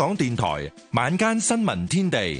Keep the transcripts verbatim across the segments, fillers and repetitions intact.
港電台晚間新聞天地，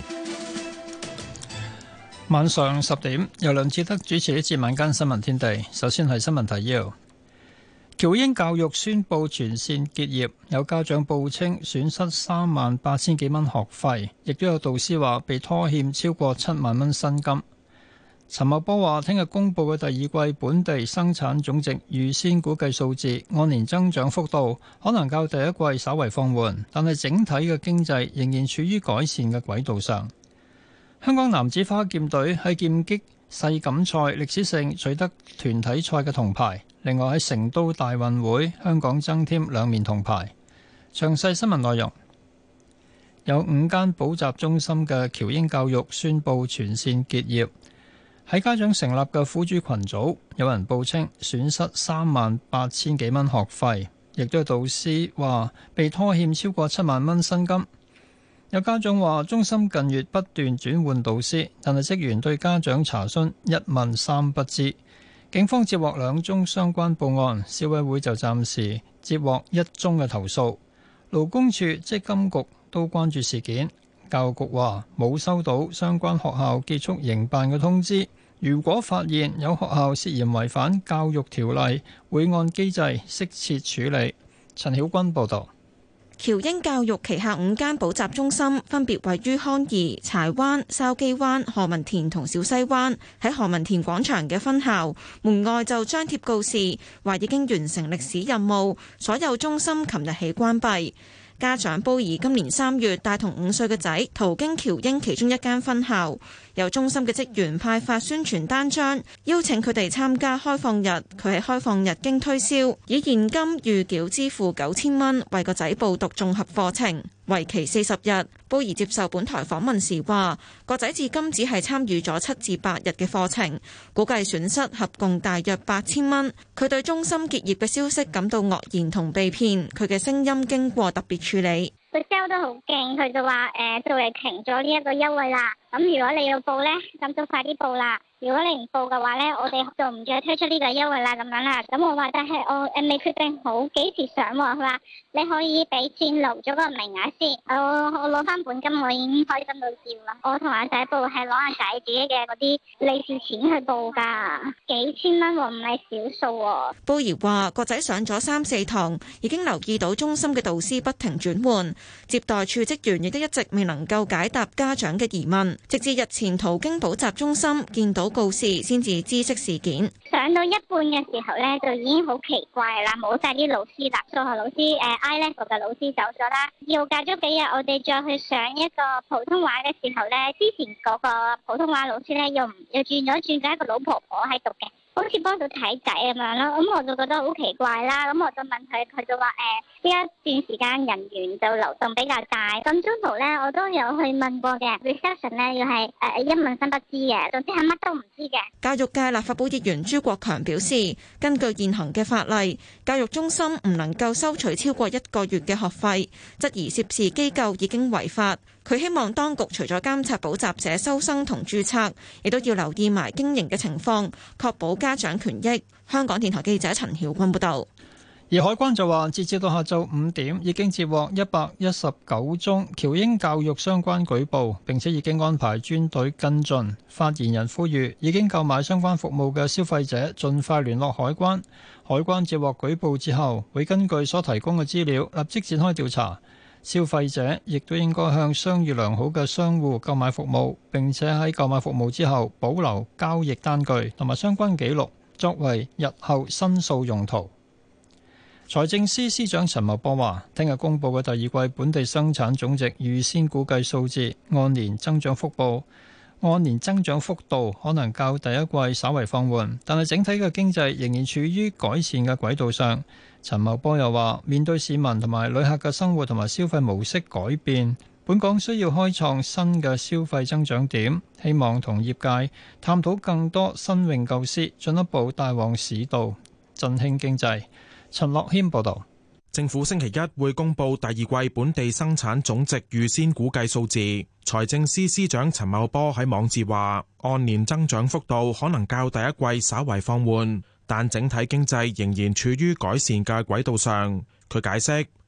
晚上十點由梁志德主持呢節晚間新聞天地。首先係新聞提要：喬英教育宣布全線結業，有家長報稱損失三萬八千幾蚊學費，亦都有導師話被拖欠超過七萬蚊薪金。陳茂波話：聽日公布嘅第二季本地生產總值預先估計數字，按年增長幅度可能較第一季稍為放緩，但係整體嘅經濟仍然處於改善嘅軌道上。香港男子花劍隊喺劍擊世錦賽歷史性取得團體賽嘅銅牌，另外喺成都大運會，香港增添兩面銅牌。詳細新聞內容：有五間補習中心嘅喬英教育宣布全線結業。喺家長成立嘅苦主群組，有人報稱損失三萬八千幾蚊學費，亦都有導師話被拖欠超過七萬蚊薪金。有家長話中心近月不斷轉換導師，但係職員對家長查詢一問三不知。警方接獲兩宗相關報案，消委會就暫時接獲一宗嘅投訴。勞工處、積金局都關注事件。教育局話冇收到相關學校結束營辦嘅通知，如果發現有學校涉嫌違反教育條例，會按機制適切處理。陳曉君報導。 喬英教育旗下五間補習中心分別位於康怡、柴灣、筲箕灣、何文田同小西灣。喺何文田廣場嘅分校門外就張貼告示，話已經完成歷史任務，所有中心琴日起關閉。家長鮑儀今年三月帶同五歲嘅仔途經喬英其中一間分校，由中心嘅職員派發宣傳單張，邀請佢哋參加開放日。佢喺開放日經推銷，以現金預繳支付九千蚊，為個仔報讀綜合課程，為期四十日。鮑儀接受本台訪問時話，個仔至今只係參與咗七至八日嘅課程，估計損失合共大約八千蚊。佢對中心結業嘅消息感到愕然同被騙，佢嘅聲音經過特別處理。 佢 sell 得好勁，佢就話誒就嚟停咗呢一個優惠啦。咁如果你要報呢，咁就快啲報啦。如果你唔報嘅話呢，我哋就唔再推出呢個優惠啦咁樣啦。咁我話但係我誒未決定好幾時上喎。佢話你可以俾錢留咗個名額先。我我攞翻本金，我已經開心到笑啦。我同阿仔報係攞阿仔自己嘅嗰啲利是錢去報㗎，幾千蚊喎，唔係少數喎。 鮑儀話個仔上咗三四堂，已經留意到中心嘅導師不停轉換，接待處職員亦都一直未能夠解答家長嘅疑問，直至日前途經補習中心見到告示，先至知悉事件。 上到一半嘅時候咧，就已經好奇怪啦，冇晒啲老師啦，數學老師誒 I level 嘅老師走咗啦，要隔咗幾日，我哋再去上一個普通話嘅時候咧，之前嗰個普通話老師咧又唔又轉咗轉咗一個老婆婆喺度嘅。好似幫到睇仔咁樣咯，咁我就覺得好奇怪啦。咁我就問佢，佢就話誒呢一段時間人員就流動比較大。咁中途咧，我都有去問過嘅 reception 咧，要係誒一問三不知嘅，總之係乜都唔知嘅。 教育界立法會議員朱國強表示，根據現行嘅法例，教育中心唔能夠收取超過一個月嘅學費，質疑涉事機構已經違法。佢希望當局除咗監察補習社收生同註冊，亦都要留意埋經營嘅情況，確保家長權益。香港電台記者陳曉君報導。 而海關就話，截至到下晝五點，已經接獲一百一十九宗喬英教育相關舉報，並且已經安排專隊跟進。發言人呼籲已經購買相關服務嘅消費者盡快聯絡海關。海關接獲舉報之後，會根據所提供嘅資料立即展開調查。消費者亦都應該向商譽良好嘅商戶購買服務，並且喺購買服務之後保留交易單據同埋相關記錄，作為日後申訴用途。財政司司長陳茂波話，聽日公布嘅第二季本地生產總值預先估計數字，按年增長幅度按年增長幅度可能較第一季稍為放緩，但係整體嘅經濟仍然處於改善嘅軌道上。陳茂波又話，面對市民同埋旅客嘅生活同埋消費模式改變，本港需要開創新嘅消費增長點，希望同業界探討更多新穎構思，進一步帶旺市道，振興經濟。陳樂謙報道。 政府星期一會公布第二季本地生產總值預先估計數字。財政司司長陳茂波喺網誌話，按年增長幅度可能較第一季稍為放緩，但整體經濟仍然處於改善嘅軌道上。佢解釋，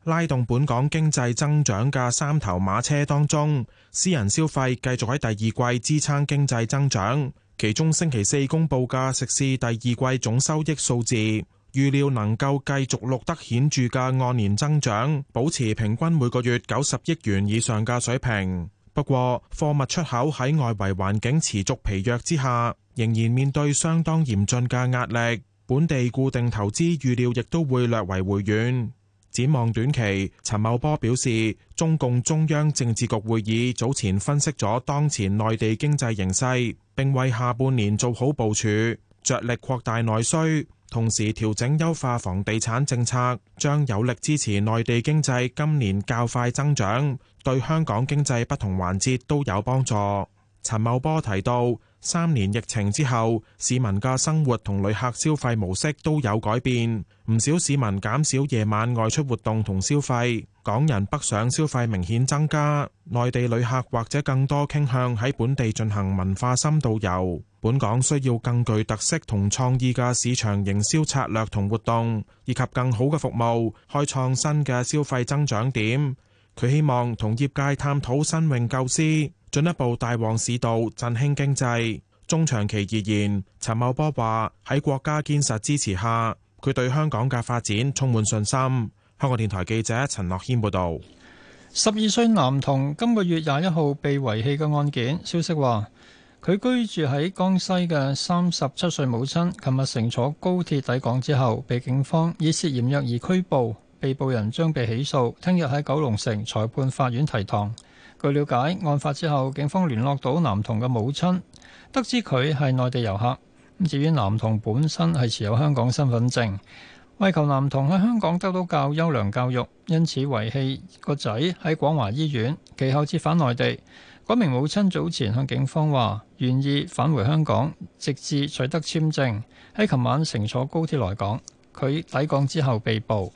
拉動本港經濟增長嘅三頭馬車當中，私人消費繼續喺第二季支撐經濟增長。其中星期四公佈嘅食肆第二季總收益數字，預料能夠繼續錄得顯著嘅按年增長，保持平均每個月九十億元以上嘅水平。不過，貨物出口喺外圍環境持續疲弱之下，仍然面對相當嚴峻嘅壓力。本地固定投資預料亦都會略為回軟。展望短期，陳茂波表示，中共中央政治局會議早前分析咗當前內地經濟形勢，並為下半年做好部署，着力擴大內需，同時調整優化房地產政策，將有力支持內地經濟今年較快增長，對香港經濟不同環節都有幫助。陳茂波提到，三年疫情之後，市民嘅生活同旅客消費模式都有改變，唔少市民減少夜晚外出活動同消費，港人北上消費明顯增加，內地旅客或者更多傾向喺本地進行文化深度遊。本港需要更具特色同創意嘅市場營銷策略同活動，以及更好嘅服務，開創新嘅消費增長點。佢希望同業界探討新穎構思，進一步帶旺市道，振興經濟。中長期而言，陳茂波話喺國家堅實支持下，佢對香港嘅發展充滿信心。香港電台記者陳樂軒報導。 十二歲男童今個月廿一號被遺棄嘅案件，消息話佢居住喺江西嘅三十七歲母親，琴日乘坐高鐵抵港之後，被警方以涉嫌虐兒拘捕，被捕人將被起訴，聽日喺九龍城裁判法院提堂。據了解，案發之後，警方聯絡到男童嘅母親，得知佢係內地遊客。至於男童本身係持有香港身份證，為求男童喺香港得到較優良教育，因此遺棄個仔喺廣華醫院，其後折返內地。嗰名母親早前向警方話願意返回香港，直至取得簽證。喺琴晚乘坐高鐵來港，佢抵港之後被捕。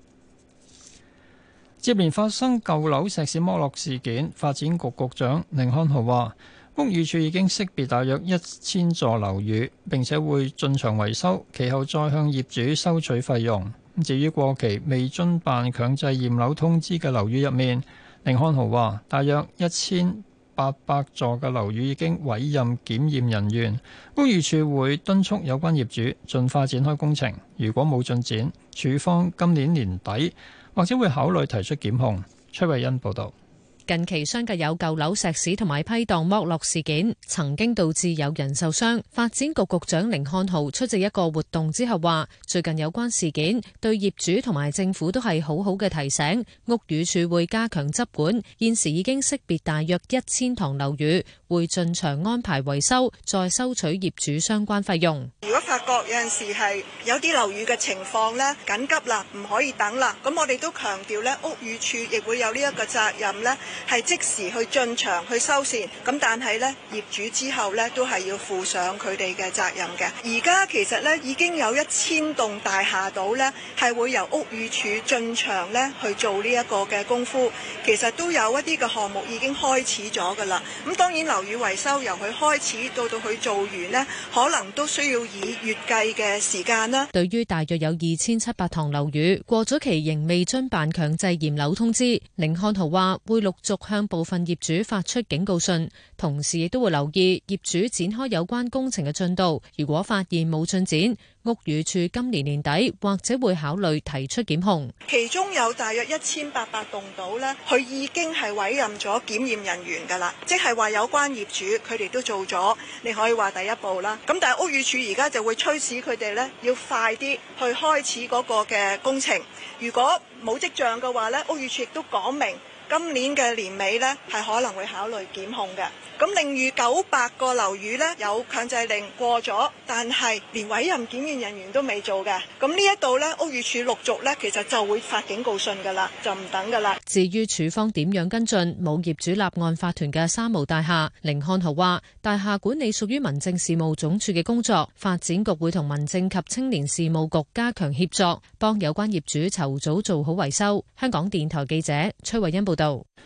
接連發生舊樓石屎剝落事件，發展局局長甯漢豪話，屋宇署已經識別大約一千座樓宇，並且會進場維修，其後再向業主收取費用。至於過期未遵辦強制驗樓通知嘅樓宇入面，甯漢豪話，大約一千八百座嘅樓宇已經委任檢驗人員，屋宇署會敦促有關業主盡快展開工程。如果冇進展，署方今年年底或者會考慮提出檢控。崔慧欣報道。 近期相繼有舊樓石屎同埋批盪剝落事件，曾經導致有人受傷。發展局局長甯漢豪出席一個活動之後話，最近有關事件對業主同埋政府都係好好嘅提醒，屋宇署會加強執管，現時已經識別大約一千幢樓宇，會進場安排維修，再收取業主相關費用。 如果發覺有陣時係有啲樓宇嘅情況呢，緊急啦，唔可以等啦，咁我哋都強調呢，屋宇署亦會有呢一個責任呢，係即時去進場去修繕，咁但係呢，業主之後呢都係要負上佢哋嘅責任嘅。而家其實呢已經有一千棟大廈度呢係會由屋宇署進場呢去做呢一個嘅功夫，其實都有一啲嘅項目已經開始咗㗎啦。咁當然樓宇維修由佢開始到到佢做完呢，可能都需要以月計嘅時間啦。 對於大約有二千七百幢樓宇過咗期仍未遵辦強制驗樓通知，甯漢豪話會陸續向部分業主發出警告信，同時亦都會留意業主展開有關工程嘅進度。如果發現冇進展，屋宇署今年年底或者會考慮提出檢控。 其中有大約一千八百棟島呢，佢已經係委任咗檢驗人員㗎啦，即係話有關業主佢哋都做咗，你可以話第一步啦。咁但係屋宇署而家就會驅使佢哋呢，要快啲去開始嗰個嘅工程。如果冇跡象嘅話呢，屋宇署亦都講明今年嘅年尾呢，係可能會考慮檢控嘅。咁另餘九百個樓宇呢，有強制令過咗，但係連委任檢驗人員都未做嘅。咁呢一度呢，屋宇署陸續呢，其實就會發警告信㗎啦，就唔等㗎啦。 至於署方點樣跟進冇業主立案法團嘅三無大廈，甯漢豪話：大廈管理屬於民政事務總署嘅工作，發展局會同民政及青年事務局加強協作，幫有關業主籌早做好維修。香港電台記者崔慧欣報道。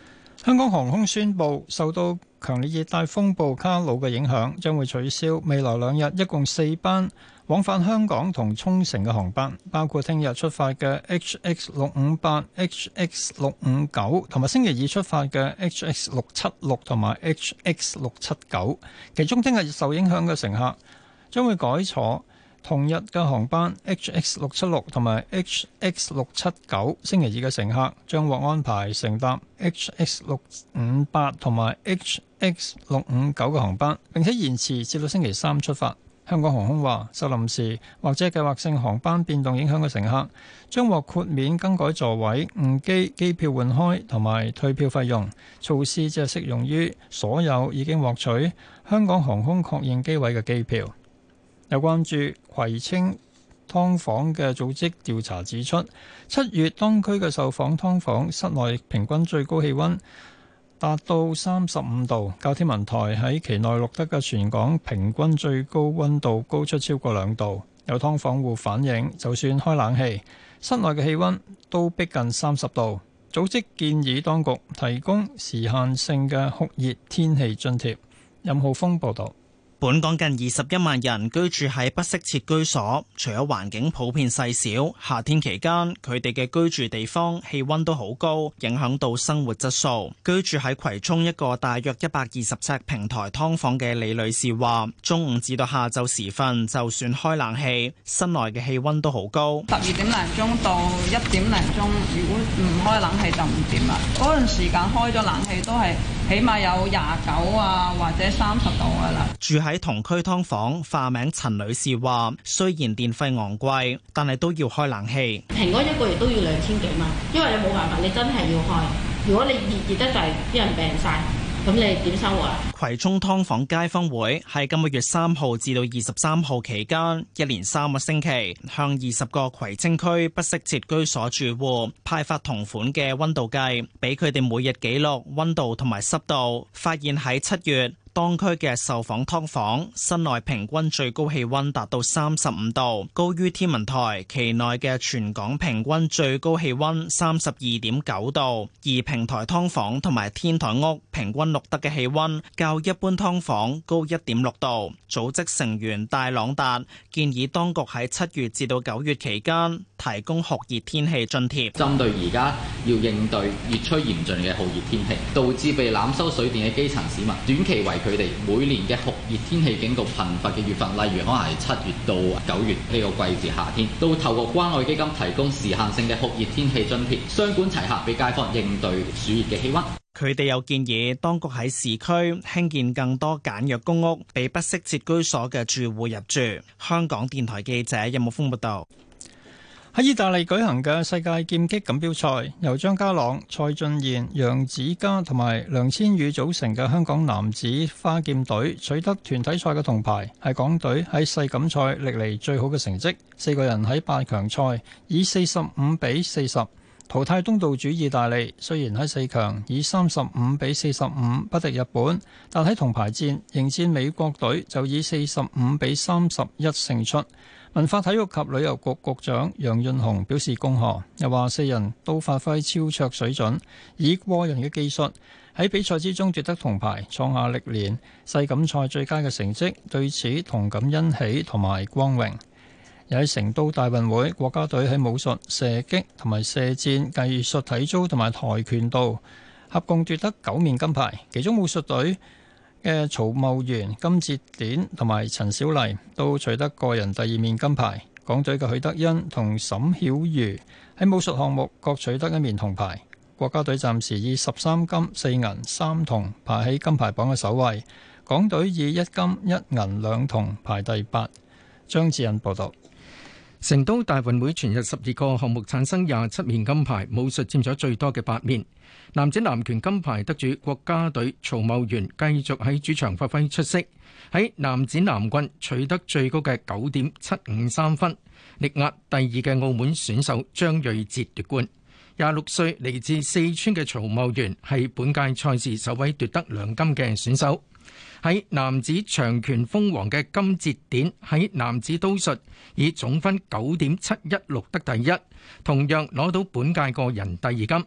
香港航空宣布，受到強烈熱帶風暴卡努嘅影響，將會取消未來兩日一共四班往返香港同沖繩嘅航班，包括聽日出發嘅 H X 六五八、H X 六五九，同埋星期二出發嘅 H X 六七六同埋 H X 六七九。其中聽日受影響嘅乘客將會改坐同日嘅航班 H X 六七六同埋 H X 六七九，星期二嘅乘客將獲安排乘搭 H X 六五八同埋 H X 六五九嘅航班，並且延遲至到星期三出發。香港航空話，受臨時或者計劃性航班變動影響嘅乘客將獲豁免更改座位、誤機、機票換開同埋退票費用。措施只係適用於所有已經獲取香港航空確認機位嘅機票。有關注葵青劏房嘅組織調查指出，七月當區嘅受訪劏房室內平均最高氣溫達到三十五度，較天文台喺期內錄得嘅全港平均最高溫度高出超過兩度。有劏房戶反映，就算開冷氣，室內嘅氣溫都逼近三十度。組織建議當局提供時限性嘅酷熱天氣津貼。任浩峰報導。 本港近二十一萬人居住喺不適切居所，除咗環境普遍細小，夏天期間佢哋嘅居住地方氣溫都好高，影響到生活質素。居住喺葵涌一個大約一百二十尺平台劏房嘅李女士話，中午至到下晝時分，就算開冷氣，室內嘅氣溫都好高。 十二點零鐘到一點零鐘，如果唔開冷氣就唔掂啦。嗰段時間開咗冷氣都係起碼有廿九啊，或者三十度噶啦。 住喺同區劏房，化名陳女士話，雖然電費昂貴，但係都要開冷氣。 平均一個月都要兩千幾蚊，因為你冇辦法，你真係要開。如果你熱熱得滯，啲人病晒，咁你點生活啊？ 葵涌劏房街坊會喺今個月三號至到二十三號期間，一連三個星期向二十個葵青區不適切居所住戶派發同款嘅溫度計，俾佢哋每日記錄溫度同埋濕度，發現喺七月，當區嘅受訪劏房室內平均最高氣溫達到三十五度，高於天文台期內嘅全港平均最高氣溫三十二點九度。而平台劏房同埋天台屋平均錄得嘅氣溫較一般劏房高一點六度。組織成員戴朗達建議當局喺七月至到九月期間提供酷熱天氣津貼， 針對而家要應對越趨嚴峻嘅酷熱天氣，導致被濫收水電嘅基層市民，短期為佢哋每年嘅酷熱天氣警告頻發嘅月份，例如可能係七月到九月呢個季節夏天，都透過關愛基金提供時限性嘅酷熱天氣津貼，雙管齊下俾街坊應對暑熱嘅氣溫。 佢哋又建議當局喺市區興建更多簡約公屋，俾不適切居所嘅住戶入住。香港電台記者任木峰報道。 喺意大利舉行嘅世界劍擊錦標賽，由張家朗、蔡俊彥、楊子嘉同埋梁千羽組成嘅香港男子花劍隊取得團體賽嘅銅牌，係港隊喺世錦賽歷嚟最好嘅成績。四個人喺八強賽以四十五比四十淘汰東道主意大利，雖然喺四強以三十五比四十五不敵日本，但喺銅牌戰迎戰美國隊就以四十五比三十一勝出。文化體育及旅遊局局長楊潤雄表示恭賀，又話四人都發揮超卓水準，以過人嘅技術喺比賽之中奪得銅牌，創下歷年世錦賽最佳嘅成績，對此同感欣喜同埋光榮。又喺成都大運會，國家隊喺武術、射擊同埋射箭、藝術體操同埋跆拳道合共奪得九面金牌，其中武術隊嘅曹茂源、金哲典同埋陳小麗都取得個人第二面金牌。港隊嘅許德恩同沈曉瑜喺武術項目各取得一面銅牌。國家隊暫時以十三金四銀三銅排喺金牌榜嘅首位，港隊以一金一銀兩銅排第八。張志恩報道。 成都大運會全日十二個項目產生廿七面金牌，武術佔咗最多嘅八面。男子南拳金牌得主國家隊曹茂源繼續喺主場發揮出色，喺男子南棍取得最高嘅九點七五三分，力壓第二嘅澳門選手張睿哲奪冠。廿六歲嚟自四川嘅曹茂源係本屆賽事首位奪得兩金嘅選手。喺男子長拳鋒王嘅金哲典喺男子刀術以總分九點七一六得第一，同樣攞到本屆個人第二金。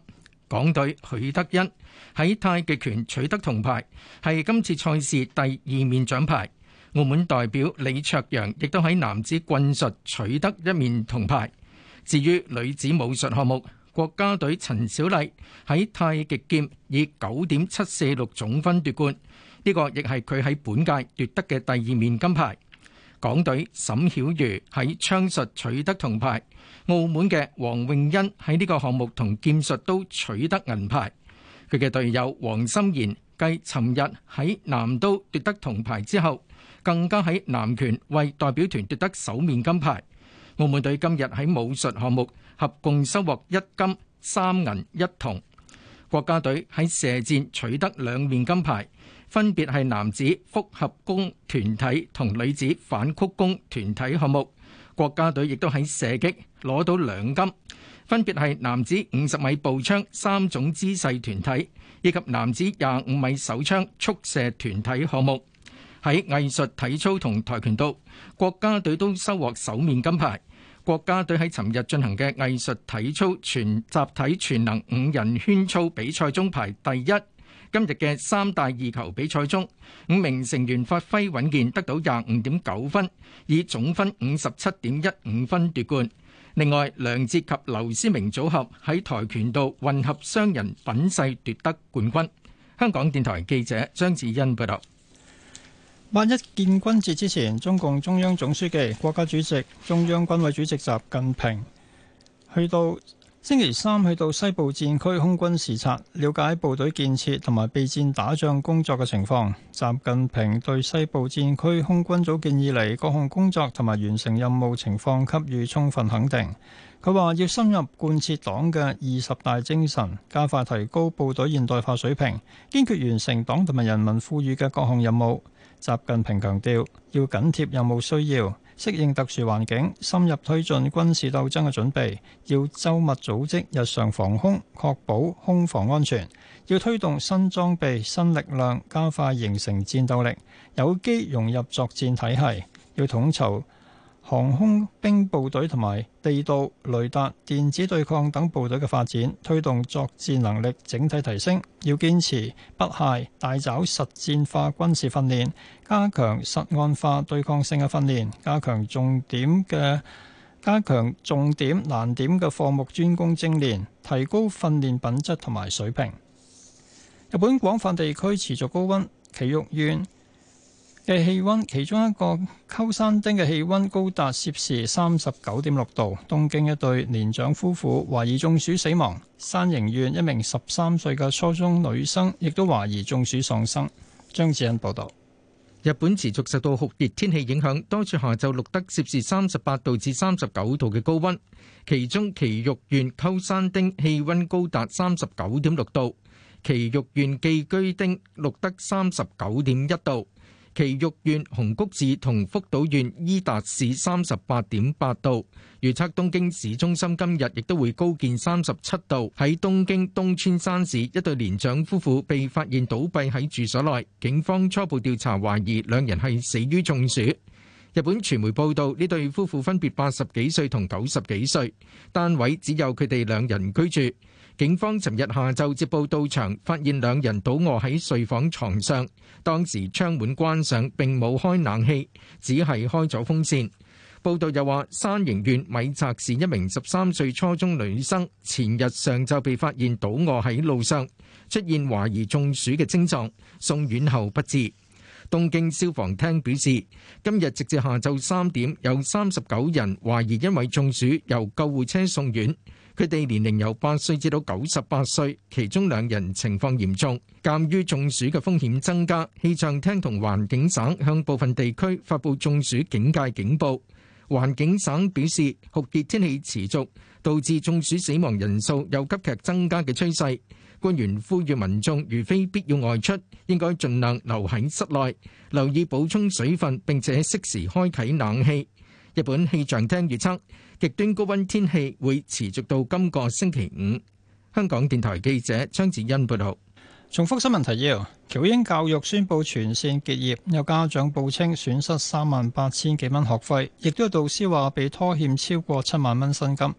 港隊許德恩喺太極拳取得銅牌，係今次賽事第二面獎牌。澳門代表李卓陽亦都喺男子棍術取得一面銅牌。至於女子武術項目，國家隊陳小麗喺太極劍以九點七四六總分奪冠，呢個亦係佢喺本屆奪得嘅第二面金牌。港隊沈曉瑜喺槍術取得銅牌，澳門嘅黃詠欣喺呢個項目同劍術都取得銀牌。佢嘅隊友黃心妍繼尋日喺南都奪得銅牌之後，更加喺南拳為代表團奪得首面金牌。澳門隊今日喺武術項目合共收穫一金三銀一銅。國家隊喺射箭取得兩面金牌，分別係男子複合弓團體同女子反曲弓團體項目。國家隊亦都喺射擊攞到兩金，分別係男子五十米步槍三種姿勢團體以及男子廿五米手槍速射團體項目。喺藝術體操同跆拳道，國家隊都收穫首面金牌。國家隊喺尋日進行嘅藝術體操全集體全能五人圈操比賽中排第一。今日嘅三大二球比賽中，五名成員發揮穩健，得到廿五點九分，以總分五十七點一五分奪冠。另外，梁捷及劉思明組合喺跆拳道混合雙人品勢奪得冠軍。香港電台記者張子欣報道。 八一建軍節之前，中共中央總書記、國家主席、中央軍委主席習近平去到星期三去到西部戰區空軍視察，了解部隊建設同埋備戰打仗工作嘅情況。習近平對西部戰區空軍組建以嚟各項工作同埋完成任務情況給予充分肯定。佢話要深入貫徹黨嘅二十大精神，加快提高部隊現代化水平，堅決完成黨同埋人民賦予嘅各項任務。習近平強調，要緊貼任務需要，適應特殊環境，深入推進軍事鬥爭嘅準備，要周密組織日常防空，確保空防安全，要推動新裝備、新力量，加快形成戰鬥力，有機融入作戰體系，要統籌航空兵部隊同埋地道、雷達、電子對抗等部隊嘅發展，推動作戰能力整體提升。要堅持不懈大抓實戰化軍事訓練，加強實案化對抗性嘅訓練，加強重點嘅加強重點難點嘅課目專攻精練，提高訓練品質同埋水平。日本廣泛地區持續高溫，埼玉縣嘅氣溫，其中一個鳩山町嘅氣溫高達攝氏三十九點六度。東京一對年長夫婦懷疑中暑死亡，山形縣一名十三歲嘅初中女生亦都懷疑中暑喪生。張志恩報道。 日本持續受到酷熱天氣影響，多處下晝錄得攝氏三十八度至三十九度嘅高溫，其中埼玉縣鳩山町氣溫高達三十九點六度，埼玉縣寄居町錄得三十九點一度。埼玉縣熊谷市同福島縣伊達市三十八點八度，預測東京市中心今日亦都會高見三十七度。喺東京東川山市，一對年長夫婦被發現倒斃喺住所內，警方初步調查懷疑兩人係死於中暑。日本傳媒報道，呢對夫婦分別八十幾歲同九十幾歲，單位只有佢哋兩人居住。警方尋日下晝接報到場，發現兩人倒卧喺睡房床上，當時窗門關上並冇開冷氣，只係開咗風扇。報道又話，山形縣米澤市一名十三歲初中女生前日上晝被發現倒卧喺路上，出現懷疑中暑嘅症狀，送院後不治。東京消防廳表示，今日直至下晝三點，有三十九人懷疑因為中暑由救護車送院。佢哋年齡由八歲至到九十八歲，其中兩人情況嚴重。鑑於中暑嘅風險增加，氣象廳同環境省向部分地區發布中暑警戒警報。環境省表示，酷熱天氣持續，導致中暑死亡人數有急劇增加嘅趨勢。官員呼籲民眾如非必要外出，應該盡量留喺室內，留意補充水分，並且適時開啟冷氣。日本氣象廳預測，極端高溫天氣會持續到今個星期五。香港電台記者張子欣報道。 重複新聞提要：僑英教育宣布全線結業，有家長報稱損失三萬八千幾蚊學費，亦都有導師話被拖欠超過七萬蚊薪金。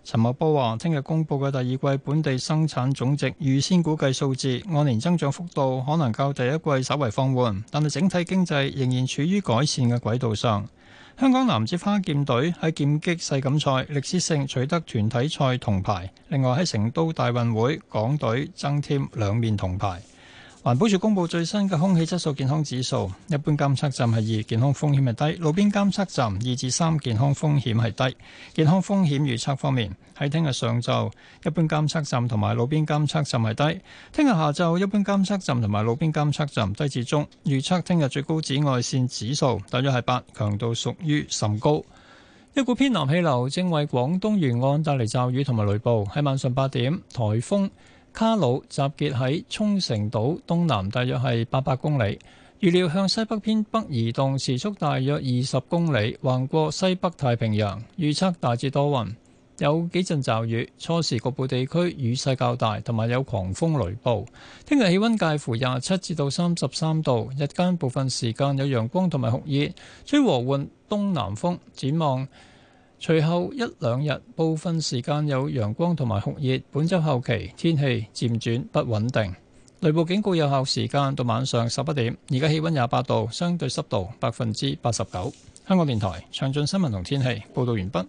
陳茂波話：聽日公佈嘅第二季本地生產總值預先估計數字，按年增長幅度可能較第一季稍為放緩，但係整體經濟仍然處於改善嘅軌道上。香港男子花劍隊喺劍擊世錦賽歷史性取得團體賽銅牌，另外喺成都大運會，港隊增添兩面銅牌。環保署公布最新嘅空氣質素健康指數，一般監測站係二，健康風險係低；路邊監測站二至三，健康風險係低。健康風險預測方面，喺聽日上晝，一般監測站同埋路邊監測站係低；聽日下晝，一般監測站同埋路邊監測站低至中。預測聽日最高紫外線指數大約係八，強度屬於甚高。一股偏南氣流正為廣東沿岸帶嚟驟雨同埋雷暴。喺晚上八點，颱風卡努集結喺沖繩島東南，大約係八百公里，預料向西北偏北移動，時速大約二十公里，橫過西北太平洋。預測大致多雲，有幾陣驟雨，初時局部地區雨勢較大，同埋有狂風雷暴。聽日氣溫介乎廿七至到三十三度，日間部分時間有陽光同埋酷熱，吹和緩東南風。展望隨後一兩日，部分時間有陽光同埋酷熱。本週後期天氣漸轉不穩定，雷暴警告有效時間到晚上十一點。而家氣溫廿八度，相對濕度百分之八十九。香港電台詳盡新聞同天氣報導完畢。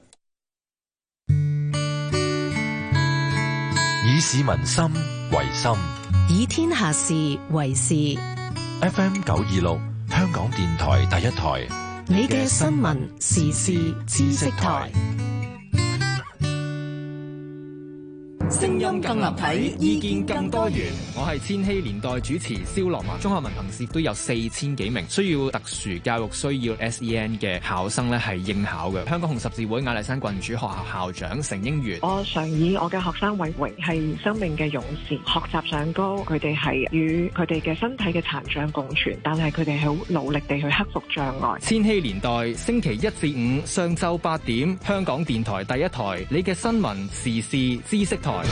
以市民心為心， 以天下事為事。 F M 九二六，香港電台第一台。 你嘅新聞時事知識台， 聲音更立體，意見更多元。我係千禧年代主持蕭樂文。中學文憑試都有四千幾名需要特殊教育需要 S E N 嘅考生咧，係應考嘅。香港紅十字會雅麗珊郡主學校校長成英元， 我常以我嘅學生為榮，係生命嘅勇士。學習上高，佢哋係與佢哋嘅身體嘅殘障共存，但係佢哋係好努力地去克服障礙。 千禧年代星期一至五上晝八點，香港電台第一台，你嘅新聞時事知識台。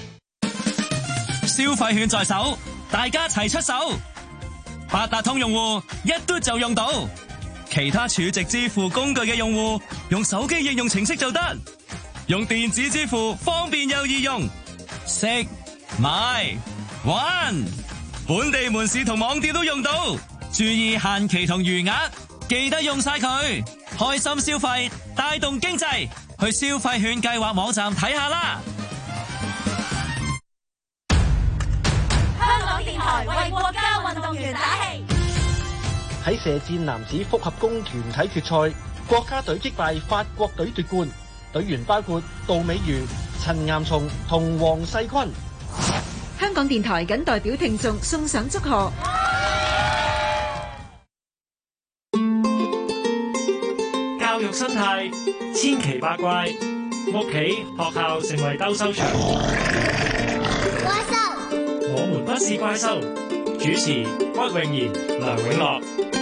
消費券在手，大家齊出手。八達通用戶一嘟就用到，其他儲值支付工具嘅用戶用手機應用程式就得。用電子支付方便又易用，食買玩，本地門市同網店都用到。注意限期同餘額，記得用晒佢。開心消費，帶動經濟，去消費券計劃網站睇下啦。 香港電台為國家運動員打氣。 喺射箭男子複合弓團體決賽，國家隊擊敗法國隊奪冠，隊員包括杜美如、陳岩松同黃世坤。 香港電台謹代表聽眾送上祝賀。 教育生態千奇百怪，屋企學校成為鬥獸場。 怪獸， 我們不是怪獸。主持屈穎妍、梁永樂。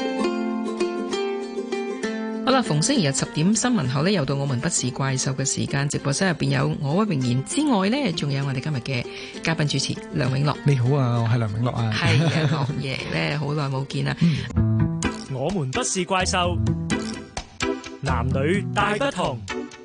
好啦，逢星期日十點新聞後呢，又到我們不是怪獸嘅時間。直播室入邊有我屈穎妍之外呢，仲有我哋今日嘅嘉賓主持梁永樂。 你好啊，我係梁永樂啊。 係啊，樂爺呢，好耐冇見啦。 嗯、我們不是怪獸，男女大不同。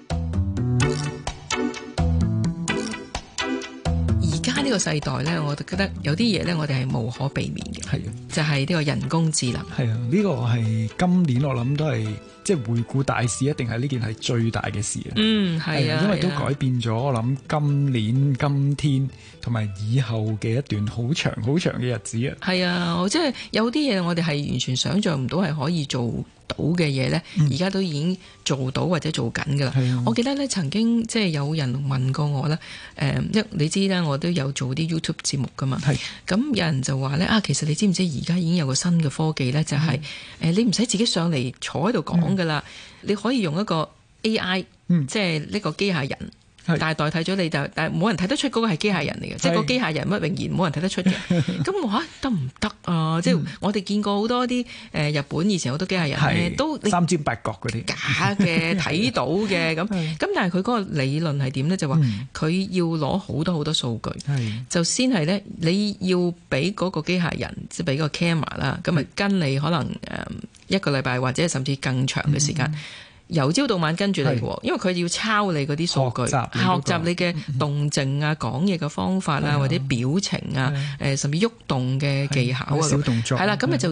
呢個世代呢，我就覺得有啲嘢呢，我哋係無可避免嘅。係就係呢個人工智能。 係啊，呢個係今年我諗都係即係回顧大事，一定係呢件係最大嘅事啊。 嗯，係啊， 因為都改變咗我諗今年、今天同埋以後嘅一段好長、好長嘅日子啊。 係啊，即係有啲嘢我哋係完全想像唔到係可以做到嘅嘢呢，而家都已經做到或者做緊噶啦。我記得呢，曾經即係有人問過我啦，誒一你知啦，我都有做啲 YouTube 節目噶嘛。咁有人就話呢，啊，其實你知唔知而家已經有個新嘅科技呢？就係、是、誒、嗯、你唔使自己上嚟坐喺度講噶啦，你可以用一個 A I，、嗯、即係呢個機械人。但係代替咗你，就但係冇人睇得出嗰個係機械人嚟嘅，即係個機械人屈穎妍冇人睇得出嘅。咁我話得唔得啊？嗯、即係我哋見過好多啲誒、呃、日本以前好多機械人咧，都三尖八角嗰啲假嘅睇到嘅咁。咁但係佢嗰個理論係點咧？就話佢要攞好多好多數據，就先係咧你要俾嗰個機械人即係俾個 camera 啦，咁啊跟你可能誒一個禮拜或者甚至更長嘅時間。嗯由朝到晚跟住你喎，因為佢要抄你嗰啲數據，學習你、嗰個、學習你嘅動靜啊、講嘢嘅方法啊，或者表情啊，誒甚至喐動嘅技巧啊，小動作係啦，咁咪就